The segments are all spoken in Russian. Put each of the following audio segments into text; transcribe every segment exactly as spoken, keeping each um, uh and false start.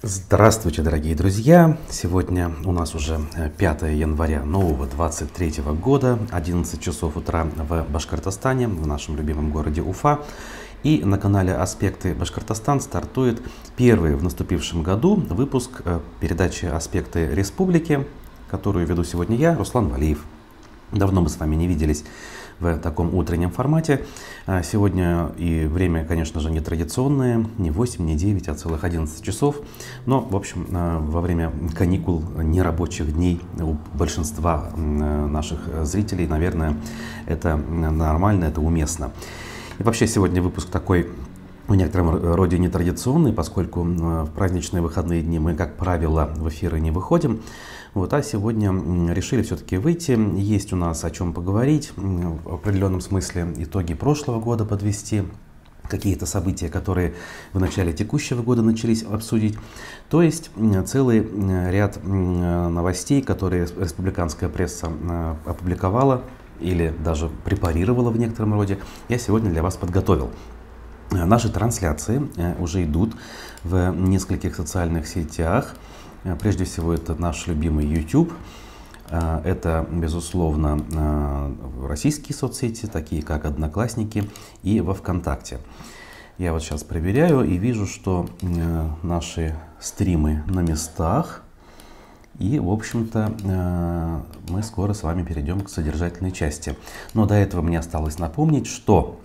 Здравствуйте, дорогие друзья! Сегодня у нас уже пятое января нового двадцать третьего года, одиннадцать часов утра в Башкортостане, в нашем любимом городе Уфа. И на канале «Аспекты Башкортостан» стартует первый в наступившем году выпуск передачи «Аспекты Республики», которую веду сегодня я, Руслан Валиев. Давно мы с вами не виделись в таком утреннем формате. Сегодня и время, конечно же, не традиционное, не восемь, не девять, а целых одиннадцать часов. Но, в общем, во время каникул, нерабочих дней у большинства наших зрителей, наверное, это нормально, это уместно. И вообще сегодня выпуск такой в некотором роде нетрадиционный, поскольку в праздничные выходные дни мы, как правило, в эфиры не выходим. Вот, а сегодня решили все-таки выйти. Есть у нас о чем поговорить, в определенном смысле итоги прошлого года подвести, какие-то события, которые в начале текущего года начались, обсудить. То есть целый ряд новостей, которые республиканская пресса опубликовала или даже препарировала в некотором роде, я сегодня для вас подготовил. Наши трансляции уже идут в нескольких социальных сетях. Прежде всего, это наш любимый YouTube. Это, безусловно, российские соцсети, такие как Одноклассники, и во ВКонтакте. Я вот сейчас проверяю и вижу, что наши стримы на местах. И, в общем-то, мы скоро с вами перейдем к содержательной части. Но до этого мне осталось напомнить, что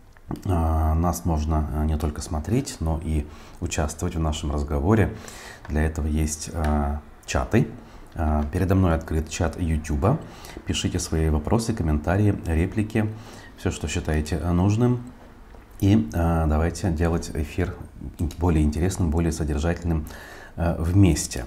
нас можно не только смотреть, но и участвовать в нашем разговоре. Для этого есть э, чаты. Э, передо мной открыт чат YouTube. Пишите свои вопросы, комментарии, реплики, все, что считаете нужным. И э, давайте делать эфир более интересным, более содержательным э, вместе.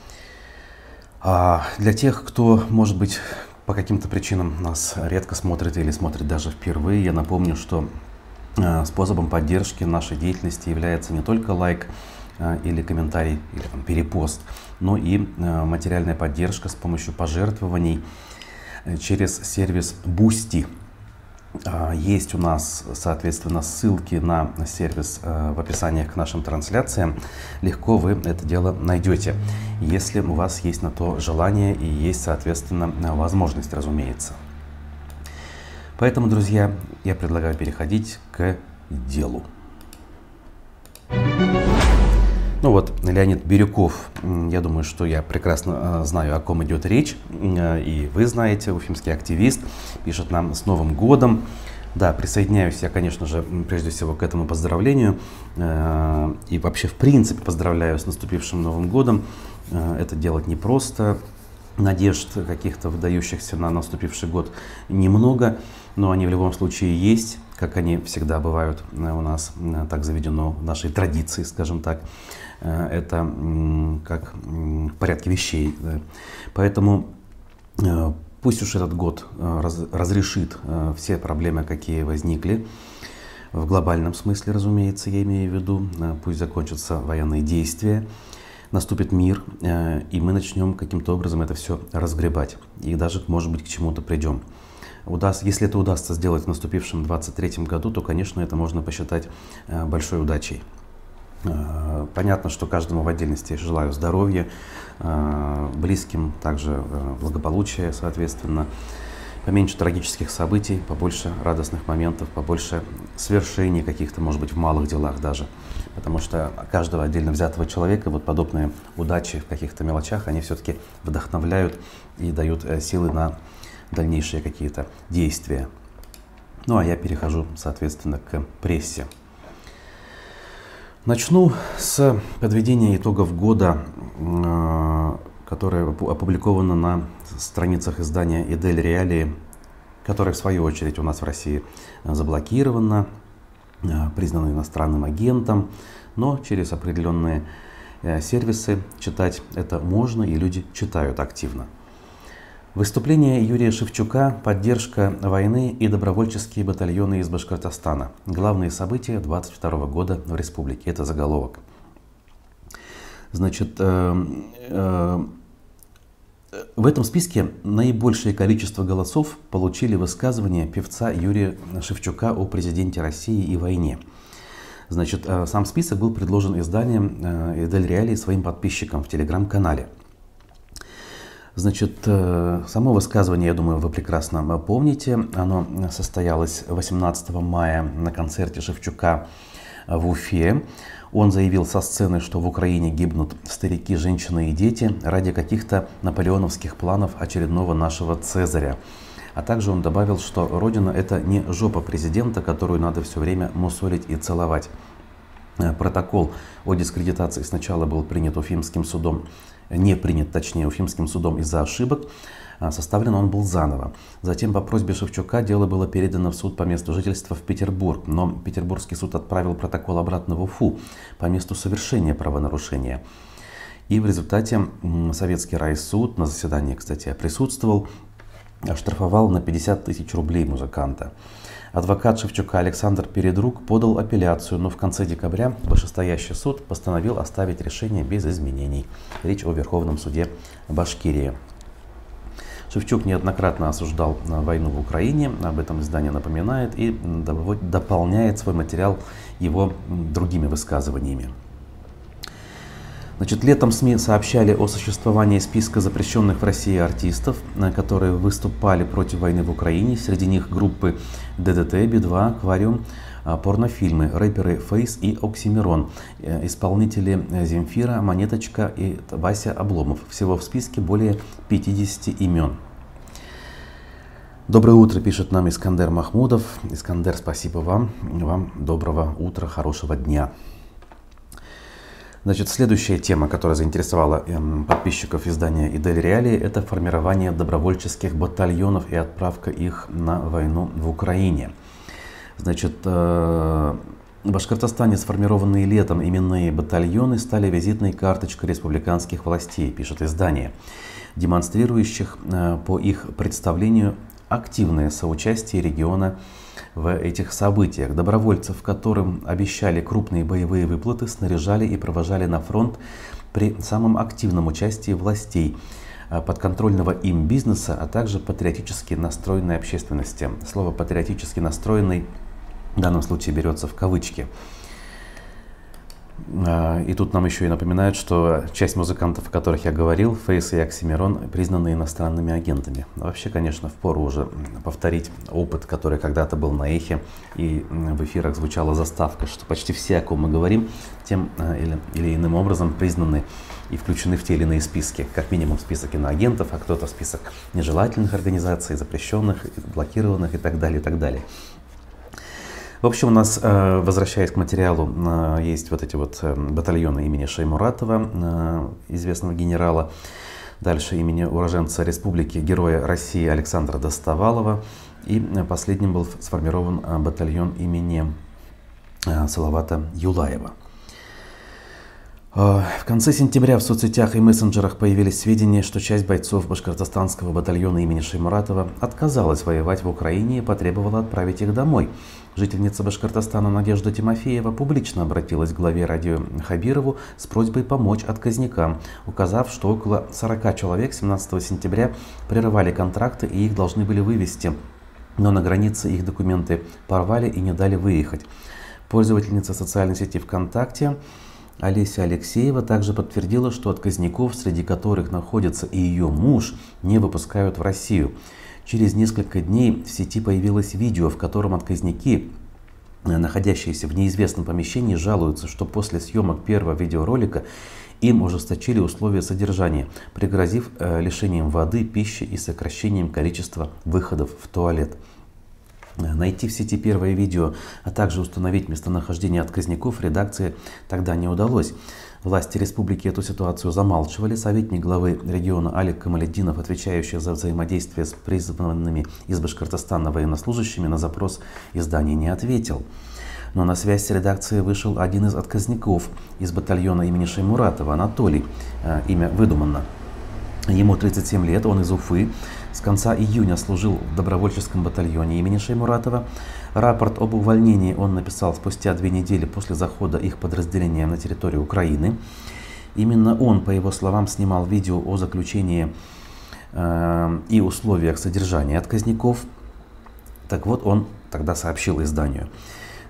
А для тех, кто, может быть, по каким-то причинам нас редко смотрит или смотрит даже впервые, я напомню, что э, способом поддержки нашей деятельности является не только лайк или комментарий, или там, перепост, но и э, материальная поддержка с помощью пожертвований через сервис Boosty. Э, есть у нас, соответственно, ссылки на сервис э, в описании к нашим трансляциям. Легко вы это дело найдете, если у вас есть на то желание и есть, соответственно, возможность, разумеется. Поэтому, друзья, я предлагаю переходить к делу. Ну вот, Леонид Бирюков, я думаю, что я прекрасно знаю, о ком идет речь, и вы знаете, уфимский активист, пишет нам с Новым годом. Да, присоединяюсь я, конечно же, прежде всего к этому поздравлению, и вообще, в принципе, поздравляю с наступившим Новым годом. Это делать непросто, надежд каких-то выдающихся на наступивший год немного, но они в любом случае есть, как они всегда бывают у нас, так заведено в нашей традиции, скажем так. Это как в порядке вещей. Поэтому пусть уж этот год разрешит все проблемы, какие возникли. В глобальном смысле, разумеется, я имею в виду. Пусть закончатся военные действия, наступит мир, и мы начнем каким-то образом это все разгребать. И даже, может быть, к чему-то придем. Удастся, если это удастся сделать в наступившем двадцать третьем году, то, конечно, это можно посчитать большой удачей. Понятно, что каждому в отдельности желаю здоровья, близким также благополучия, соответственно, поменьше трагических событий, побольше радостных моментов, побольше свершений каких-то, может быть, в малых делах даже. Потому что каждого отдельно взятого человека вот подобные удачи в каких-то мелочах, они все-таки вдохновляют и дают силы на дальнейшие какие-то действия. Ну а я перехожу, соответственно, к прессе. Начну с подведения итогов года, которое опубликовано на страницах издания «Идель Реалии», которое, в свою очередь, у нас в России заблокировано, признано иностранным агентом, но через определенные сервисы читать это можно, и люди читают активно. Выступление Юрия Шевчука, поддержка войны и добровольческие батальоны из Башкортостана. Главные события две тысячи двадцать второго года в республике. Это заголовок. Значит, э, э, в этом списке наибольшее количество голосов получили высказывания певца Юрия Шевчука о президенте России и войне. Значит, сам список был предложен изданием Дель Реали своим подписчикам в телеграм-канале. Значит, само высказывание, я думаю, вы прекрасно помните. Оно состоялось восемнадцатого мая на концерте Шевчука в Уфе. Он заявил со сцены, что в Украине гибнут старики, женщины и дети ради каких-то наполеоновских планов очередного нашего Цезаря. А также он добавил, что Родина — это не жопа президента, которую надо все время мусолить и целовать. Протокол о дискредитации сначала был принят Уфимским судом, не принят, точнее, Уфимским судом из-за ошибок. Составлен он был заново. Затем по просьбе Шевчука дело было передано в суд по месту жительства в Петербург, но Петербургский суд отправил протокол обратно в Уфу по месту совершения правонарушения. И в результате Советский райсуд, на заседании, кстати, я присутствовал, оштрафовал на пятьдесят тысяч рублей музыканта. Адвокат Шевчука Александр Передрук подал апелляцию, но в конце декабря вышестоящий суд постановил оставить решение без изменений. Речь о Верховном суде Башкирии. Шевчук неоднократно осуждал войну в Украине, об этом издание напоминает и дополняет свой материал его другими высказываниями. Значит, летом СМИ сообщали о существовании списка запрещенных в России артистов, которые выступали против войны в Украине. Среди них группы ДДТ, Би два, Аквариум, порнофильмы, рэперы Фейс и Оксимирон, исполнители Земфира, Монеточка и Вася Обломов. Всего в списке более пятидесяти имен. Доброе утро, пишет нам Искандер Махмудов. Искандер, спасибо вам. Вам доброго утра, хорошего дня. Значит, следующая тема, которая заинтересовала подписчиков издания Дель Реали, это формирование добровольческих батальонов и отправка их на войну в Украине. Значит, в Башкортостане сформированные летом именные батальоны стали визитной карточкой республиканских властей, пишет издание, демонстрирующих по их представлению активное соучастие региона в этих событиях. Добровольцев, которым обещали крупные боевые выплаты, снаряжали и провожали на фронт при самом активном участии властей, подконтрольного им бизнеса, а также патриотически настроенной общественности. Слово «патриотически настроенный» в данном случае берется в кавычки. И тут нам еще и напоминают, что часть музыкантов, о которых я говорил, Фейс и Оксимирон, признаны иностранными агентами. Вообще, конечно, впору уже повторить опыт, который когда-то был на Эхе, и в эфирах звучала заставка, что почти все, о ком мы говорим, тем или, или иным образом признаны и включены в те или иные списки. Как минимум список иноагентов, а кто-то в список нежелательных организаций, запрещенных, блокированных и так далее, и так далее. В общем, у нас, возвращаясь к материалу, есть вот эти вот батальоны имени Шаймуратова, известного генерала. Дальше имени уроженца Республики Героя России Александра Достовалова. И последним был сформирован батальон имени Салавата Юлаева. В конце сентября в соцсетях и мессенджерах появились сведения, что часть бойцов башкортостанского батальона имени Шаймуратова отказалась воевать в Украине и потребовала отправить их домой. Жительница Башкортостана Надежда Тимофеева публично обратилась к главе радио Хабирову с просьбой помочь отказникам, указав, что около сорока человек семнадцатого сентября прерывали контракты и их должны были вывести, но на границе их документы порвали и не дали выехать. Пользовательница социальной сети ВКонтакте Олеся Алексеева также подтвердила, что отказников, среди которых находится и ее муж, не выпускают в Россию. Через несколько дней в сети появилось видео, в котором отказники, находящиеся в неизвестном помещении, жалуются, что после съемок первого видеоролика им ужесточили условия содержания, пригрозив лишением воды, пищи и сокращением количества выходов в туалет. Найти в сети первое видео, а также установить местонахождение отказников редакции тогда не удалось. Власти республики эту ситуацию замалчивали. Советник главы региона Алик Камалетдинов, отвечающий за взаимодействие с призванными из Башкортостана военнослужащими, на запрос издания не ответил. Но на связь с редакцией вышел один из отказников из батальона имени Шаймуратова, Анатолий, имя выдуманно. Ему тридцать семь лет, он из Уфы. С конца июня служил в добровольческом батальоне имени Шаймуратова. Рапорт об увольнении он написал спустя две недели после захода их подразделения на территорию Украины. Именно он, по его словам, снимал видео о заключении э, и условиях содержания отказников. Так вот, он тогда сообщил изданию.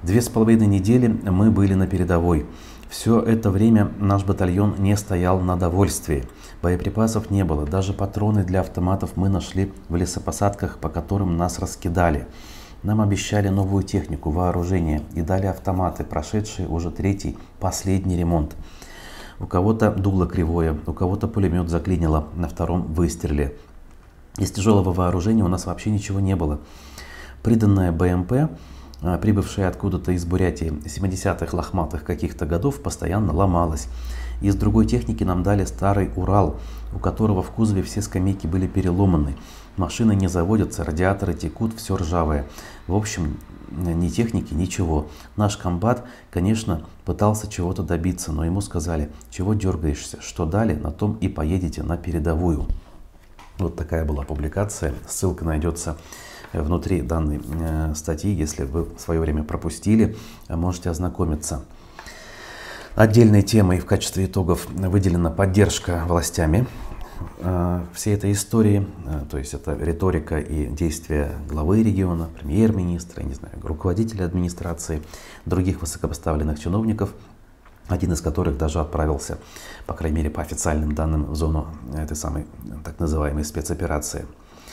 Две с половиной недели мы были на передовой. Все это время наш батальон не стоял на довольствии. Боеприпасов не было, даже патроны для автоматов мы нашли в лесопосадках, по которым нас раскидали. Нам обещали новую технику, вооружение и дали автоматы, прошедшие уже третий, последний ремонт. У кого-то дуло кривое, у кого-то пулемет заклинило на втором выстреле. Из тяжелого вооружения у нас вообще ничего не было. Приданная БМП, прибывшая откуда-то из Бурятии семидесятых лохматых каких-то годов, постоянно ломалась. Из другой техники нам дали старый Урал, у которого в кузове все скамейки были переломаны. Машины не заводятся, радиаторы текут, все ржавое. В общем, ни техники, ничего. Наш комбат, конечно, пытался чего-то добиться, но ему сказали: чего дергаешься, что дали, на том и поедете на передовую. Вот такая была публикация. Ссылка найдется внутри данной э, статьи. Если вы в свое время пропустили, можете ознакомиться. Отдельной темой в качестве итогов выделена поддержка властями э, всей этой истории. Э, то есть это риторика и действия главы региона, премьер-министра, не знаю, руководителя администрации, других высокопоставленных чиновников, один из которых даже отправился, по крайней мере по официальным данным, в зону этой самой так называемой спецоперации.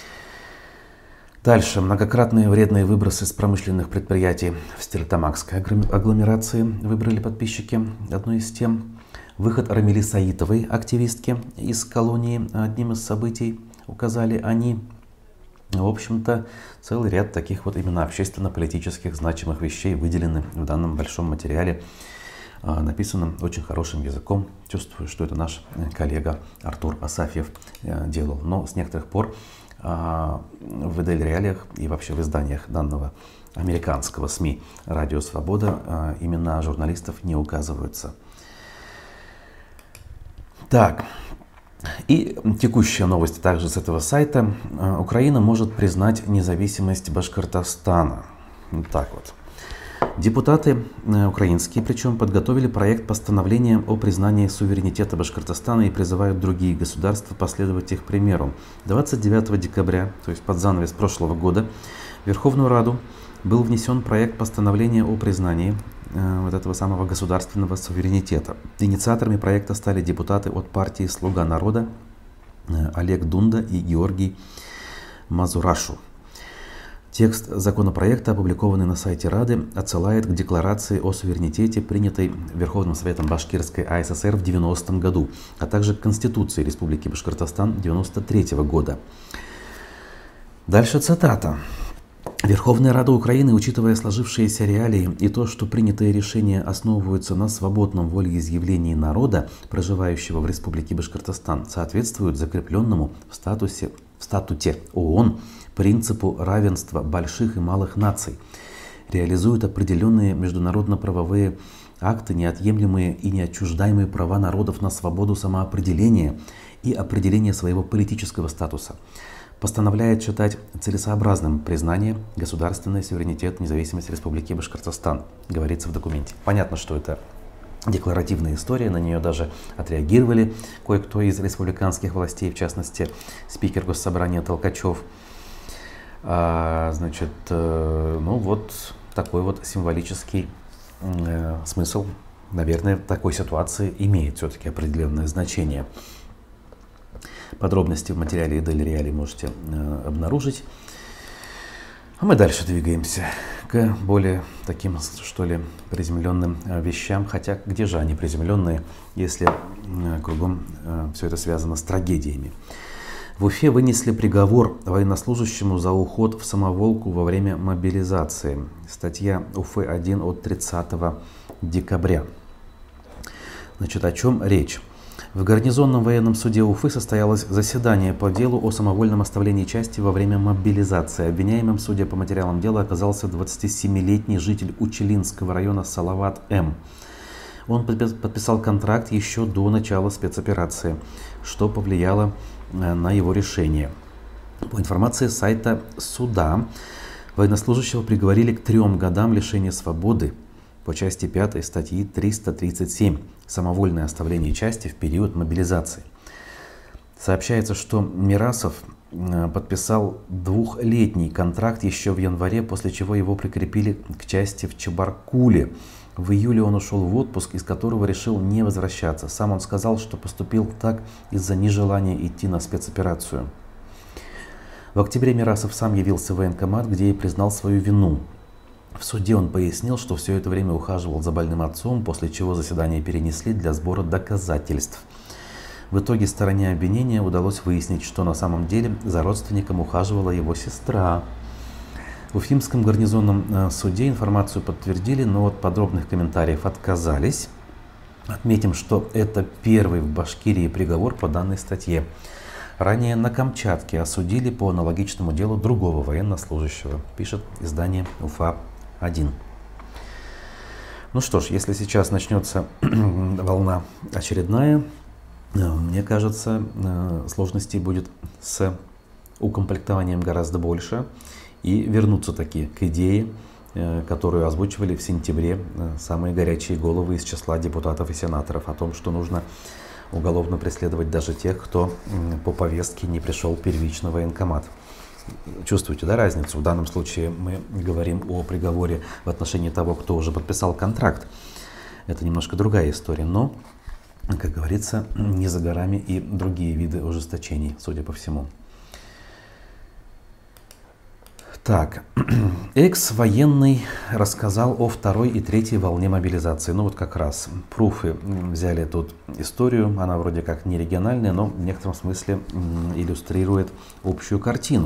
Дальше. Многократные вредные выбросы с промышленных предприятий в Стерлитамакской агломерации выбрали подписчики одной из тем. Выход Рамили Саитовой, активистки из колонии, одним из событий указали они. В общем-то, целый ряд таких вот именно общественно-политических значимых вещей выделены в данном большом материале, написанном очень хорошим языком. Чувствую, что это наш коллега Артур Асафьев делал. Но с некоторых пор в Идель-Реалиях и вообще в изданиях данного американского СМИ «Радио Свобода» имена журналистов не указываются. Так, и текущая новость также с этого сайта. Украина может признать независимость Башкортостана. Вот так вот. Депутаты украинские, причем, подготовили проект постановления о признании суверенитета Башкортостана и призывают другие государства последовать их примеру. двадцать девятого декабря, то есть под занавес прошлого года, в Верховную Раду был внесен проект постановления о признании э, вот этого самого государственного суверенитета. Инициаторами проекта стали депутаты от партии «Слуга народа» э, Олег Дунда и Георгий Мазурашу. Текст законопроекта, опубликованный на сайте Рады, отсылает к декларации о суверенитете, принятой Верховным Советом Башкирской АССР в девяностом году, а также к Конституции Республики Башкортостан девяносто третьего года. Дальше цитата. Верховная Рада Украины, учитывая сложившиеся реалии и то, что принятые решения основываются на свободном волеизъявлении народа, проживающего в Республике Башкортостан, соответствуют закрепленному в, статусе, в статуте ООН принципу равенства больших и малых наций, реализуют определенные международно-правовые акты, неотъемлемые и неотчуждаемые права народов на свободу самоопределения и определение своего политического статуса. Постановляет считать целесообразным признание государственный суверенитет, независимости Республики Башкортостан, говорится в документе. Понятно, что это декларативная история, на нее даже отреагировали кое-кто из республиканских властей, в частности, спикер Госсобрания Толкачев. А, значит, э, ну вот такой вот символический э, смысл, наверное, в такой ситуации имеет все-таки определенное значение. Подробности в материале Идель-Реалий можете э, обнаружить. А мы дальше двигаемся к более таким, что ли, приземленным э, вещам. Хотя где же они приземленные, если э, кругом э, все это связано с трагедиями. В Уфе вынесли приговор военнослужащему за уход в самоволку во время мобилизации. Статья Уфы один от тридцатого декабря. Значит, о чем речь? В гарнизонном военном суде Уфы состоялось заседание по делу о самовольном оставлении части во время мобилизации. Обвиняемым, судя по материалам дела, оказался двадцатисемилетний житель Учелинского района Салават М. Он подписал контракт еще до начала спецоперации, что повлияло на его решение. По информации сайта суда, военнослужащего приговорили к трем годам лишения свободы по части пятой статьи триста тридцать семь «Самовольное оставление части в период мобилизации». Сообщается, что Мирасов подписал двухлетний контракт еще в январе, после чего его прикрепили к части в Чебаркуле. В июле он ушел в отпуск, из которого решил не возвращаться. Сам он сказал, что поступил так из-за нежелания идти на спецоперацию. В октябре Мирасов сам явился в военкомат, где и признал свою вину. В суде он пояснил, что все это время ухаживал за больным отцом, после чего заседание перенесли для сбора доказательств. В итоге стороне обвинения удалось выяснить, что на самом деле за родственником ухаживала его сестра. В Уфимском гарнизонном суде информацию подтвердили, но от подробных комментариев отказались. Отметим, что это первый в Башкирии приговор по данной статье. Ранее на Камчатке осудили по аналогичному делу другого военнослужащего, пишет издание Уфа один. Ну что ж, если сейчас начнется волна очередная, мне кажется, сложностей будет с укомплектованием гораздо больше. И вернуться таки к идее, которую озвучивали в сентябре самые горячие головы из числа депутатов и сенаторов, о том, что нужно уголовно преследовать даже тех, кто по повестке не пришел первично в военкомат. Чувствуете, да, разницу? В данном случае мы говорим о приговоре в отношении того, кто уже подписал контракт. Это немножко другая история, но, как говорится, не за горами и другие виды ужесточений, судя по всему. Так, экс-военный рассказал о второй и третьей волне мобилизации. Ну вот как раз пруфы взяли тут историю, она вроде как не региональная, но в некотором смысле иллюстрирует общую картину.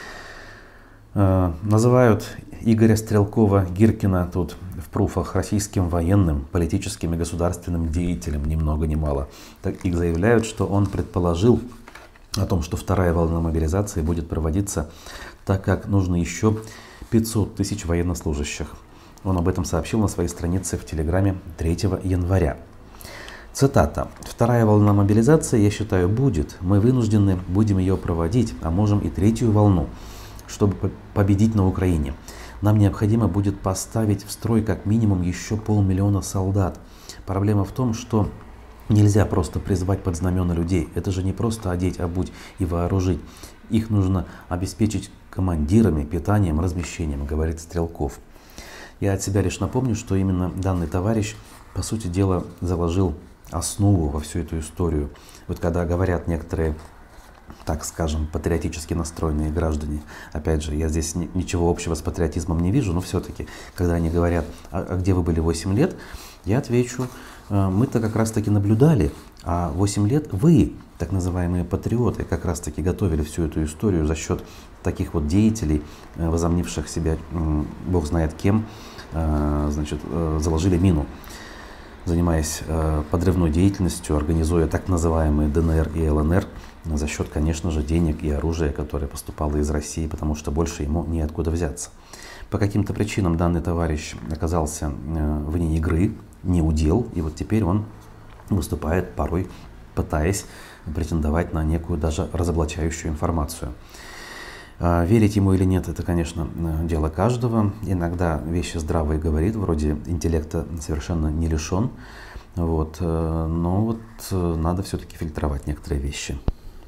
Называют Игоря Стрелкова-Гиркина тут в пруфах российским военным, политическим и государственным деятелем, ни много ни мало. Так и заявляют, что он предположил о том, что вторая волна мобилизации будет проводиться, так как нужно еще пятьсот тысяч военнослужащих. Он об этом сообщил на своей странице в Телеграме третьего января. Цитата. «Вторая волна мобилизации, я считаю, будет. Мы вынуждены будем ее проводить, а можем и третью волну, чтобы победить на Украине. Нам необходимо будет поставить в строй как минимум еще полмиллиона солдат. Проблема в том, что нельзя просто призвать под знамена людей. Это же не просто одеть, обуть и вооружить. Их нужно обеспечить командирами, питанием, размещением», говорит Стрелков. Я от себя лишь напомню, что именно данный товарищ, по сути дела, заложил основу во всю эту историю. Вот когда говорят некоторые, так скажем, патриотически настроенные граждане, опять же, я здесь ни, ничего общего с патриотизмом не вижу, но все-таки, когда они говорят, а, а где вы были восемь лет, я отвечу, мы-то как раз-таки наблюдали, а восемь лет вы, так называемые патриоты, как раз-таки готовили всю эту историю за счет таких вот деятелей, возомнивших себя, бог знает кем, значит, заложили мину, занимаясь подрывной деятельностью, организуя так называемые Дэ Эн Эр и Эл Эн Эр за счет, конечно же, денег и оружия, которое поступало из России, потому что больше ему неоткуда взяться. По каким-то причинам данный товарищ оказался вне игры, не удел, и вот теперь он выступает порой, пытаясь претендовать на некую даже разоблачающую информацию. Верить ему или нет, это, конечно, дело каждого. Иногда вещи здравые говорит, вроде интеллекта совершенно не лишен. Вот. Но вот надо все-таки фильтровать некоторые вещи.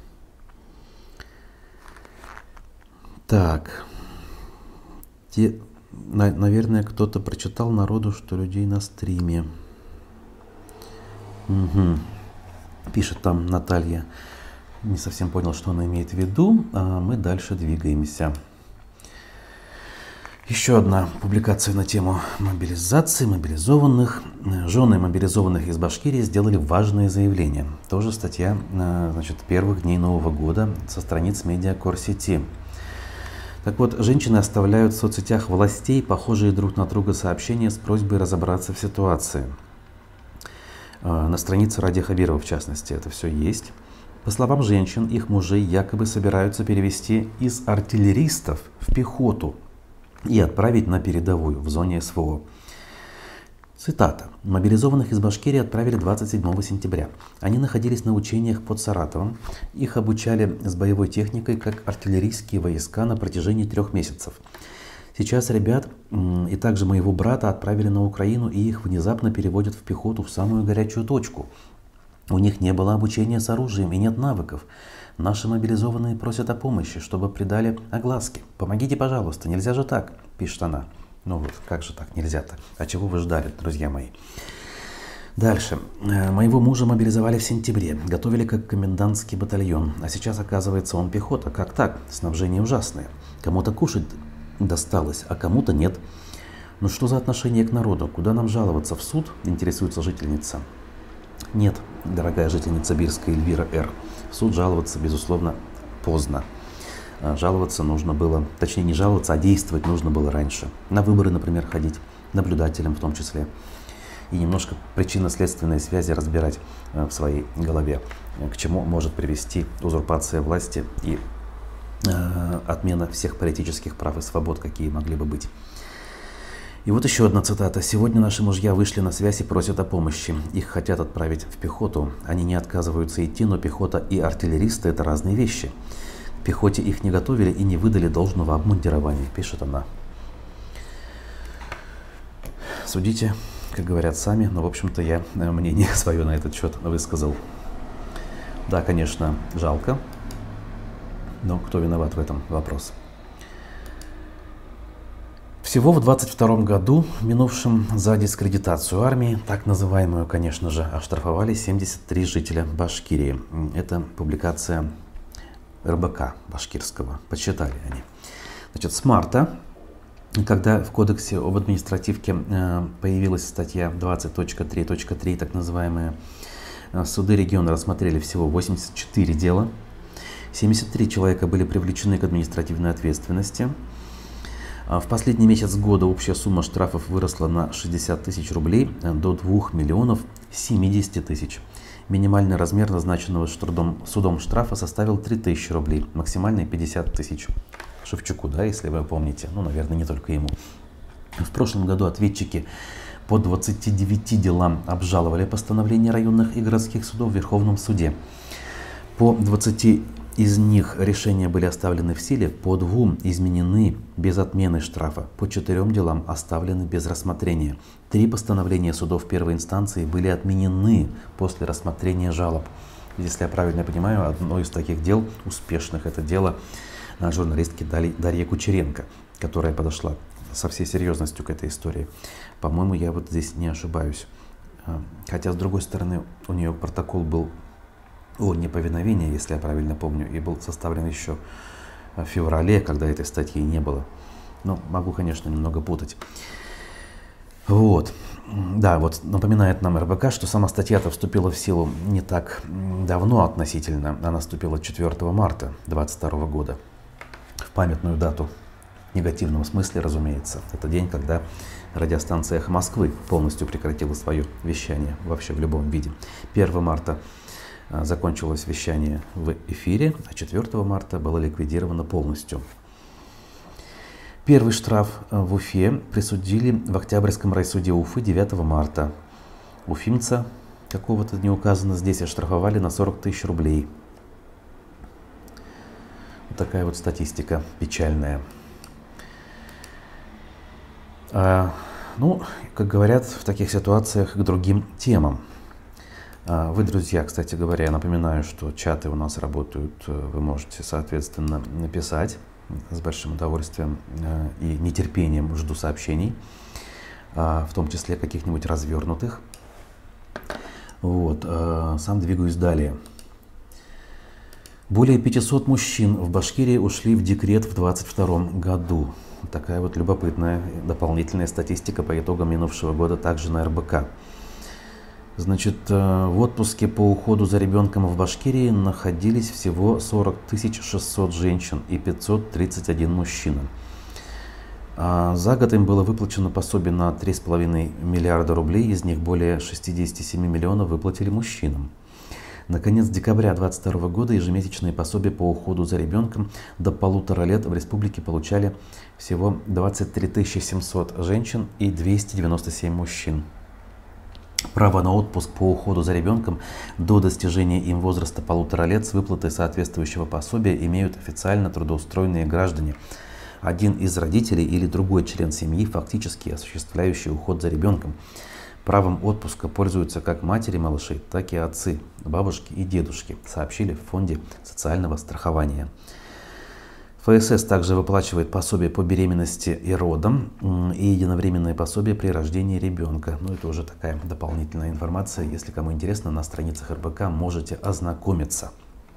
Так. Те, на, наверное, кто-то прочитал народу, что людей на стриме. Угу. Пишет там Наталья. Не совсем понял, что она имеет в виду, а мы дальше двигаемся. Еще одна публикация на тему мобилизации, мобилизованных. Жены мобилизованных из Башкирии сделали важное заявление. Тоже статья, значит, первых дней Нового года со страниц медиакор-сети. Так вот, женщины оставляют в соцсетях властей похожие друг на друга сообщения с просьбой разобраться в ситуации. На странице Ради Хабирова, в частности, это все есть. По словам женщин, их мужей якобы собираются перевести из артиллеристов в пехоту и отправить на передовую в зоне эс вэ о. Цитата. «Мобилизованных из Башкирии отправили двадцать седьмого сентября. Они находились на учениях под Саратовом. Их обучали с боевой техникой как артиллерийские войска на протяжении трех месяцев. Сейчас ребят и также моего брата отправили на Украину, и их внезапно переводят в пехоту в самую горячую точку. У них не было обучения с оружием и нет навыков. Наши мобилизованные просят о помощи, чтобы придали огласке. Помогите, пожалуйста, нельзя же так, пишет она. Ну вот, как же так, нельзя-то? А чего вы ждали, друзья мои? Дальше. Моего мужа мобилизовали в сентябре, готовили как комендантский батальон, а сейчас, оказывается, он пехота. Как так? Снабжение ужасное. Кому-то кушать досталось, а кому-то нет. Ну что за отношение к народу? Куда нам жаловаться? В суд? Интересуется жительница. Нет, дорогая жительница Бирска Эльвира Р. В суд жаловаться, безусловно, поздно. Жаловаться нужно было, точнее не жаловаться, а действовать нужно было раньше. На выборы, например, ходить, наблюдателем в том числе. И немножко причинно-следственные связи разбирать в своей голове, к чему может привести узурпация власти и э, отмена всех политических прав и свобод, какие могли бы быть. И вот еще одна цитата. «Сегодня наши мужья вышли на связь и просят о помощи. Их хотят отправить в пехоту. Они не отказываются идти, но пехота и артиллеристы – это разные вещи. К пехоте их не готовили и не выдали должного обмундирования», пишет она. Судите, как говорят сами, но, в общем-то, я мнение свое на этот счет высказал. Да, конечно, жалко, но кто виноват в этом? Вопрос. Всего в двадцать втором году, минувшем за дискредитацию армии, так называемую, конечно же, оштрафовали семьдесят три жителя Башкирии. Это публикация эр бэ ка башкирского, подсчитали они. Значит, с марта, когда в Кодексе об административке появилась статья двадцать точка три точка три, так называемая, суды региона рассмотрели всего восемьдесят четыре дела. семьдесят три человека были привлечены к административной ответственности. В последний месяц года общая сумма штрафов выросла на шестьдесят тысяч рублей до двух миллионов семидесяти тысяч. Минимальный размер назначенного судом, судом штрафа составил три тысячи рублей, максимальный пятьдесят тысяч. Шевчуку, да, если вы помните, ну, наверное, не только ему. В прошлом году ответчики по двадцати девяти делам обжаловали постановление районных и городских судов в Верховном суде. По двадцати из них решения были оставлены в силе, по двум изменены без отмены штрафа, по четырем делам оставлены без рассмотрения. Три постановления судов первой инстанции были отменены после рассмотрения жалоб. Если я правильно понимаю, одно из таких дел успешных — это дело журналистки Дарьи Кучеренко, которая подошла со всей серьезностью к этой истории. По-моему, я вот здесь не ошибаюсь. Хотя, с другой стороны, у нее протокол был о неповиновении, если я правильно помню, и был составлен еще в феврале, когда этой статьи не было. Но могу, конечно, немного путать. Вот. Да, вот напоминает нам эр бэ ка, что сама статья-то вступила в силу не так давно относительно. Она вступила четвёртого марта две тысячи двадцать второго года. В памятную дату, в негативном смысле, разумеется. Это день, когда радиостанция «Эхо Москвы» полностью прекратила свое вещание вообще в любом виде. первого марта закончилось вещание в эфире, а четвёртого марта было ликвидировано полностью. Первый штраф в Уфе присудили в Октябрьском райсуде Уфы девятого марта. Уфимца, какого-то не указано здесь, оштрафовали на сорок тысяч рублей. Вот такая вот статистика печальная. А, ну, как говорят в таких ситуациях, к другим темам. Вы, друзья, кстати говоря, я напоминаю, что чаты у нас работают, вы можете, соответственно, написать. С большим удовольствием и нетерпением жду сообщений, в том числе каких-нибудь развернутых. Вот, сам двигаюсь далее. Более пятисот мужчин в Башкирии ушли в декрет в двадцать втором году. Такая вот любопытная дополнительная статистика по итогам минувшего года также на эр бэ ка. Значит, в отпуске по уходу за ребенком в Башкирии находились всего сорок тысяч шестьсот женщин и пятьсот тридцать один мужчина. А за год им было выплачено пособие на три с половиной миллиарда рублей, из них более шестидесяти семи миллионов выплатили мужчинам. На конец декабря две тысячи двадцать второго года ежемесячные пособия по уходу за ребенком до полутора лет в республике получали всего двадцать три тысячи семьсот женщин и двести девяносто семь мужчин. Право на отпуск по уходу за ребенком до достижения им возраста полутора лет с выплатой соответствующего пособия имеют официально трудоустроенные граждане, один из родителей или другой член семьи, фактически осуществляющий уход за ребенком. Правом отпуска пользуются как матери малышей, так и отцы, бабушки и дедушки, сообщили в Фонде социального страхования. ФСС также выплачивает пособие по беременности и родам и единовременное пособие при рождении ребенка. Ну, это уже такая дополнительная информация. Если кому интересно, на страницах эр бэ ка можете ознакомиться.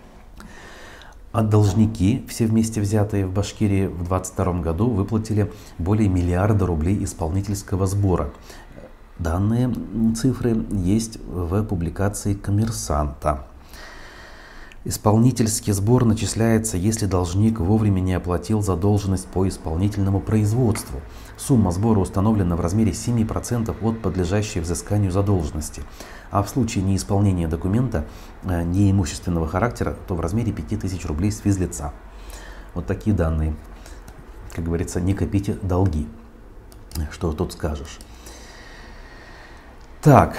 А должники, все вместе взятые в Башкирии в две тысячи двадцать втором году, выплатили более миллиарда рублей исполнительского сбора. Данные цифры есть в публикации «Коммерсанта». Исполнительский сбор начисляется, если должник вовремя не оплатил задолженность по исполнительному производству. Сумма сбора установлена в размере семи процентов от подлежащей взысканию задолженности. А в случае неисполнения документа э, неимущественного характера, то в размере пяти тысяч рублей с физлица. Вот такие данные. Как говорится, не копите долги. Что тут скажешь? Так,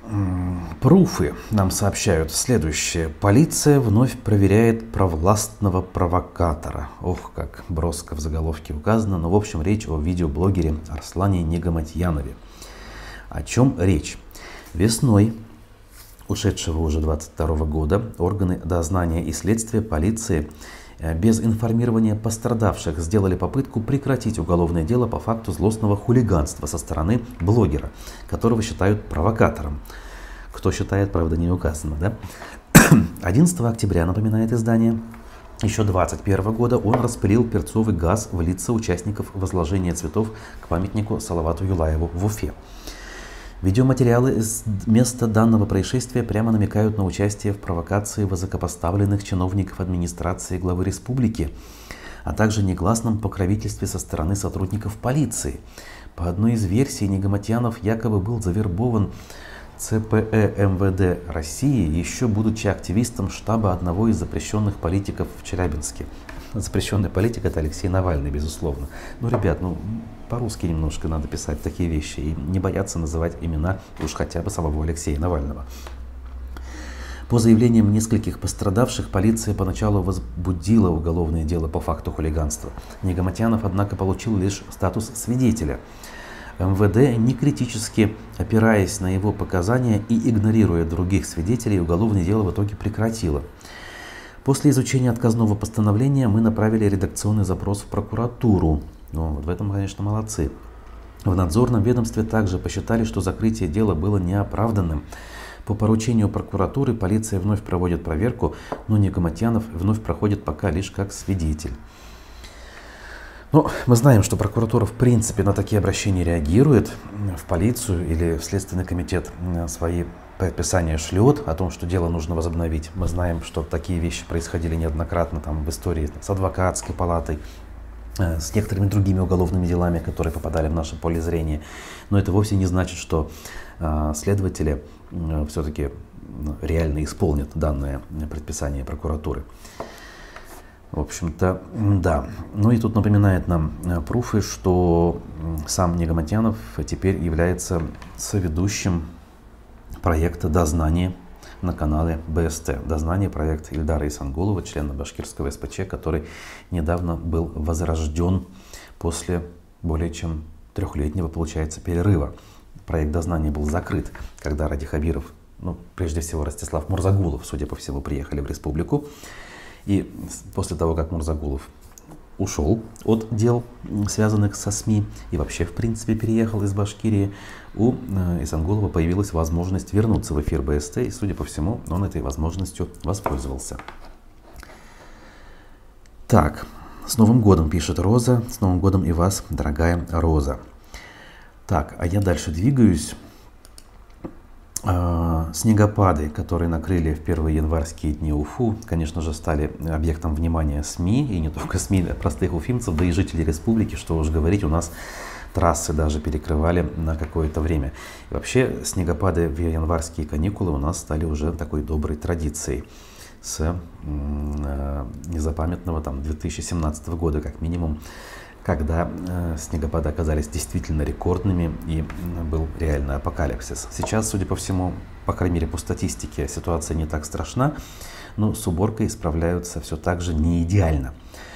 пруфы нам сообщают следующее. Полиция вновь проверяет провластного провокатора. Ох, как броско в заголовке указано. Но в общем речь о видеоблогере Арслане Нигаматьянове. О чем речь? Весной ушедшего уже двадцать второго года органы дознания и следствия полиции без информирования пострадавших сделали попытку прекратить уголовное дело по факту злостного хулиганства со стороны блогера, которого считают провокатором. Кто считает, правда, не указано, да? одиннадцатого октября, напоминает издание, еще двадцать первого года он распылил перцовый газ в лица участников возложения цветов к памятнику Салавату Юлаеву в Уфе. Видеоматериалы с места данного происшествия прямо намекают на участие в провокации высокопоставленных чиновников администрации главы республики, а также негласном покровительстве со стороны сотрудников полиции. По одной из версий, Нигаматьянов якобы был завербован цэ пэ э эм вэ дэ России, еще будучи активистом штаба одного из запрещенных политиков в Челябинске. Запрещенный политик — это Алексей Навальный, безусловно. Ну, ребят, ну, по-русски немножко надо писать такие вещи и не бояться называть имена уж хотя бы самого Алексея Навального. По заявлениям нескольких пострадавших, полиция поначалу возбудила уголовное дело по факту хулиганства. Нигаматьянов, однако, получил лишь статус свидетеля. эм вэ дэ, не критически опираясь на его показания и игнорируя других свидетелей, уголовное дело в итоге прекратило. После изучения отказного постановления мы направили редакционный запрос в прокуратуру. Ну, вот в этом, конечно, молодцы. В надзорном ведомстве также посчитали, что закрытие дела было неоправданным. По поручению прокуратуры полиция вновь проводит проверку, но Нигаматьянов вновь проходит пока лишь как свидетель. Ну, мы знаем, что прокуратура в принципе на такие обращения реагирует. В полицию или в Следственный комитет свои предписание шлет о том, что дело нужно возобновить. Мы знаем, что такие вещи происходили неоднократно там, в истории с адвокатской палатой, э, с некоторыми другими уголовными делами, которые попадали в наше поле зрения. Но это вовсе не значит, что э, следователи э, все-таки реально исполнят данное предписание прокуратуры. В общем-то, да. Ну и тут напоминает нам пруфы, что сам Нигаматьянов теперь является соведущим проекта «Дознание» на канале бэ эс тэ. «Дознание» — проект Ильдара Исангулова, члена башкирского эс пэ че, который недавно был возрожден после более чем трехлетнего, получается, перерыва. Проект «Дознание» был закрыт, когда Ради Хабиров, ну, прежде всего Ростислав Мурзагулов, судя по всему, приехали в республику. И после того, как Мурзагулов ушел от дел, связанных со СМИ, и вообще, в принципе, переехал из Башкирии, у Исангулова появилась возможность вернуться в эфир бэ эс тэ, и, судя по всему, он этой возможностью воспользовался. Так, с Новым годом, пишет Роза, с Новым годом и вас, дорогая Роза. Так, а я дальше двигаюсь. Снегопады, которые накрыли в первые январские дни Уфу, конечно же, стали объектом внимания СМИ, и не только СМИ, а простых уфимцев, да и жителей республики, что уж говорить, у нас трассы даже перекрывали на какое-то время. И вообще снегопады в январские каникулы у нас стали уже такой доброй традицией с э, незапамятного там две тысячи семнадцатого года, как минимум, когда э, снегопады оказались действительно рекордными и был реальный апокалипсис. Сейчас, судя по всему, по крайней мере по статистике, ситуация не так страшна, но с уборкой справляются все так же не идеально.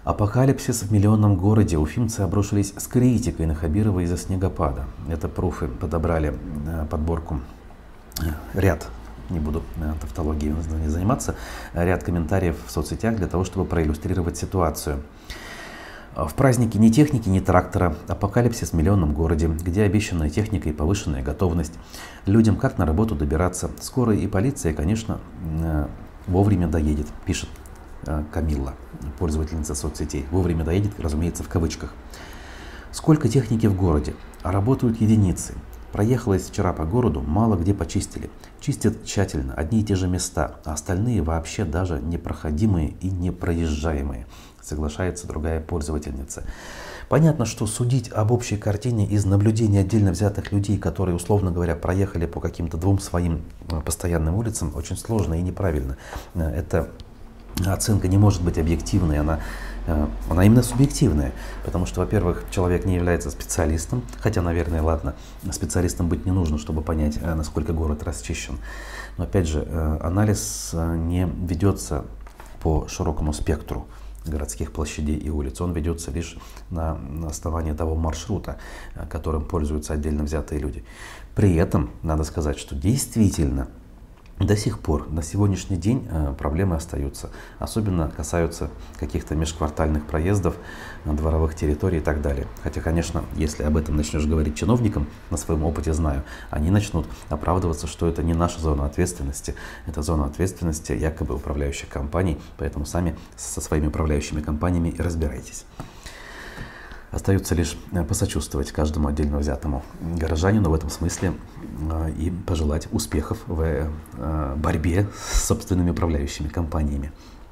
Апокалипсис в миллионном городе. Уфимцы обрушились с критикой на Хабирова из-за снегопада. Это пруфы подобрали подборку, ряд, не буду тавтологией не заниматься, ряд комментариев в соцсетях для того, чтобы проиллюстрировать ситуацию. В празднике ни техники, ни трактора. Апокалипсис в миллионном городе, где обещанная техника и повышенная готовность. Людям как на работу добираться. Скорая и полиция, конечно, вовремя доедет, пишет Камилла, пользовательница соцсетей. Вовремя доедет, разумеется, в кавычках. Сколько техники в городе, а работают единицы. Проехалось вчера по городу, мало где почистили. Чистят тщательно, одни и те же места, а остальные вообще даже непроходимые и непроезжаемые, соглашается другая пользовательница. Понятно, что судить об общей картине из наблюдения отдельно взятых людей, которые, условно говоря, проехали по каким-то двум своим постоянным улицам, очень сложно и неправильно. Это оценка не может быть объективной, она, она именно субъективная, потому что, во-первых, человек не является специалистом, хотя, наверное, ладно, специалистом быть не нужно, чтобы понять, насколько город расчищен. Но, опять же, анализ не ведется по широкому спектру городских площадей и улиц, он ведется лишь на основании того маршрута, которым пользуются отдельно взятые люди. При этом, надо сказать, что действительно до сих пор, на сегодняшний день проблемы остаются. Особенно касаются каких-то межквартальных проездов, дворовых территорий и так далее. Хотя, конечно, если об этом начнешь говорить чиновникам, на своем опыте знаю, они начнут оправдываться, что это не наша зона ответственности. Это зона ответственности якобы управляющих компаний, поэтому сами со своими управляющими компаниями и разбирайтесь. Остается лишь посочувствовать каждому отдельно взятому горожанину в этом смысле и пожелать успехов в борьбе с собственными управляющими компаниями.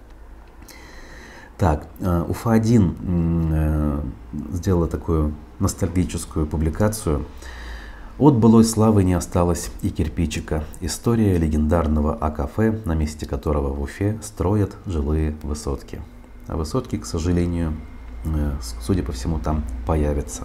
Так, Уфа один сделала такую ностальгическую публикацию. От былой славы не осталось и кирпичика. История легендарного А-кафе, на месте которого в Уфе строят жилые высотки. А высотки, к сожалению, судя по всему, там появится.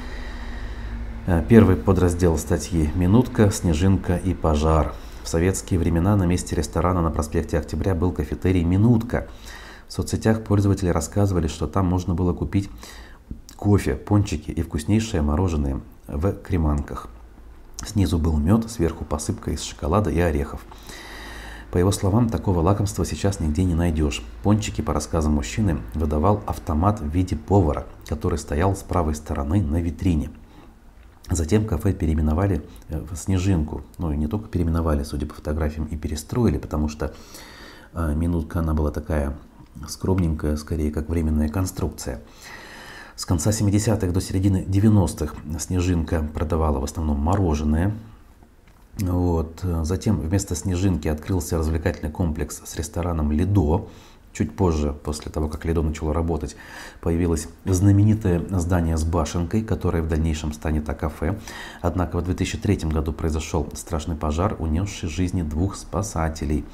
Первый подраздел статьи «Минутка, снежинка и пожар». В советские времена на месте ресторана на проспекте Октября был кафетерий «Минутка». В соцсетях пользователи рассказывали, что там можно было купить кофе, пончики и вкуснейшее мороженое в креманках. Снизу был мед, сверху посыпка из шоколада и орехов. По его словам, такого лакомства сейчас нигде не найдешь. Пончики, по рассказам мужчины, выдавал автомат в виде повара, который стоял с правой стороны на витрине. Затем кафе переименовали в «Снежинку». Ну и не только переименовали, судя по фотографиям, и перестроили, потому что э, «Минутка» она была такая скромненькая, скорее как временная конструкция. С конца семидесятых до середины девяностых «Снежинка» продавала в основном мороженое. Вот. Затем вместо «Снежинки» открылся развлекательный комплекс с рестораном «Лидо». Чуть позже, после того, как «Лидо» начало работать, появилось знаменитое здание с башенкой, которое в дальнейшем станет А-кафе. Однако в две тысячи третьем году произошел страшный пожар, унесший жизни двух спасателей.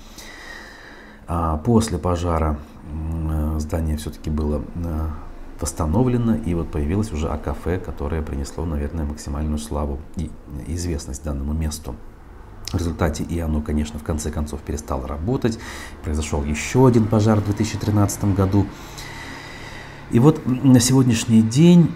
А после пожара здание все-таки было восстановлено, и вот появилось уже А-кафе, которое принесло, наверное, максимальную славу и известность данному месту. В результате и оно, конечно, в конце концов перестало работать. Произошел еще один пожар в две тысячи тринадцатом году. И вот на сегодняшний день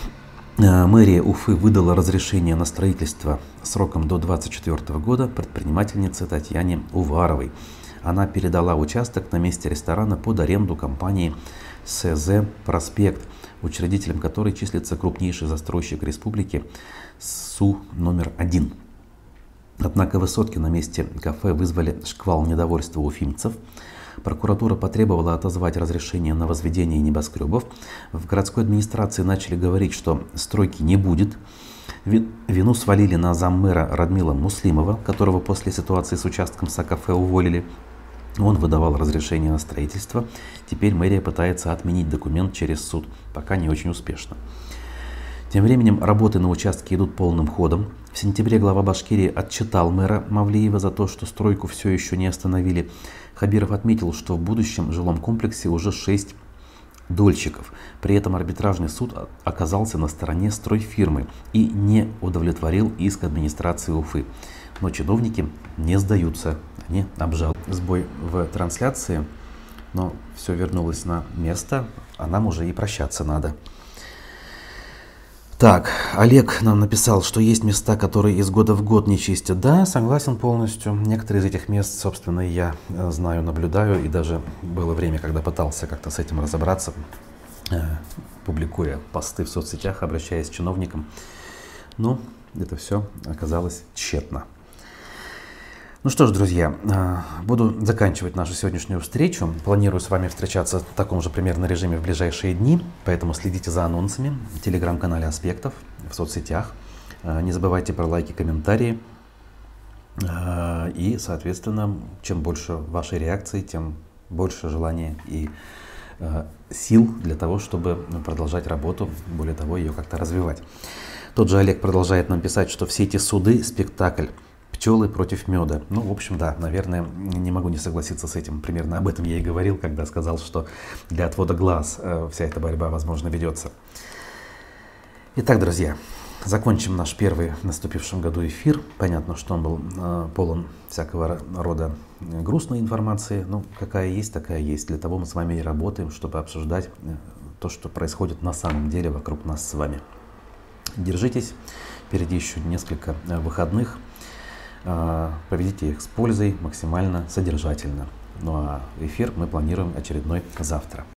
мэрия Уфы выдала разрешение на строительство сроком до две тысячи двадцать четвёртого года предпринимательнице Татьяне Уваровой. Она передала участок на месте ресторана под аренду компании СЗ «Проспект», учредителем которой числится крупнейший застройщик республики СУ номер один. Однако высотки на месте кафе вызвали шквал недовольства уфимцев. Прокуратура потребовала отозвать разрешение на возведение небоскребов. В городской администрации начали говорить, что стройки не будет. Вину свалили на заммэра Радмила Муслимова, которого после ситуации с участком с А-кафе уволили. Он выдавал разрешение на строительство. Теперь мэрия пытается отменить документ через суд, пока не очень успешно. Тем временем работы на участке идут полным ходом. В сентябре глава Башкирии отчитал мэра Мавлиева за то, что стройку все еще не остановили. Хабиров отметил, что в будущем жилом комплексе уже шесть дольщиков. При этом арбитражный суд оказался на стороне стройфирмы и не удовлетворил иск администрации Уфы. Но чиновники не сдаются, они обжалуют. Сбой в трансляции. но все вернулось на место, а нам уже и прощаться надо. Так, Олег нам написал, что есть места, которые из года в год не чистят. Да, согласен полностью. Некоторые из этих мест, собственно, я знаю, наблюдаю, и даже было время, когда пытался как-то с этим разобраться, публикуя посты в соцсетях, обращаясь к чиновникам. Но это все оказалось тщетно. Ну что ж, друзья, буду заканчивать нашу сегодняшнюю встречу. Планирую с вами встречаться в таком же примерно режиме в ближайшие дни, поэтому следите за анонсами в телеграм-канале Аспектов, в соцсетях. Не забывайте про лайки, комментарии. И, соответственно, чем больше вашей реакции, тем больше желания и сил для того, чтобы продолжать работу, более того, ее как-то развивать. Тот же Олег продолжает нам писать, что все эти суды – спектакль. Пчелы против меда. Ну, в общем, да, наверное, не могу не согласиться с этим. Примерно об этом я и говорил, когда сказал, что для отвода глаз э, вся эта борьба, возможно, ведется. Итак, друзья, закончим наш первый в наступившем году эфир. Понятно, что он был э, полон всякого рода грустной информации. Ну, какая есть, такая есть. Для того мы с вами и работаем, чтобы обсуждать то, что происходит на самом деле вокруг нас с вами. Держитесь. Впереди еще несколько выходных. Проведите их с пользой, максимально содержательно. Ну а эфир мы планируем очередной завтра.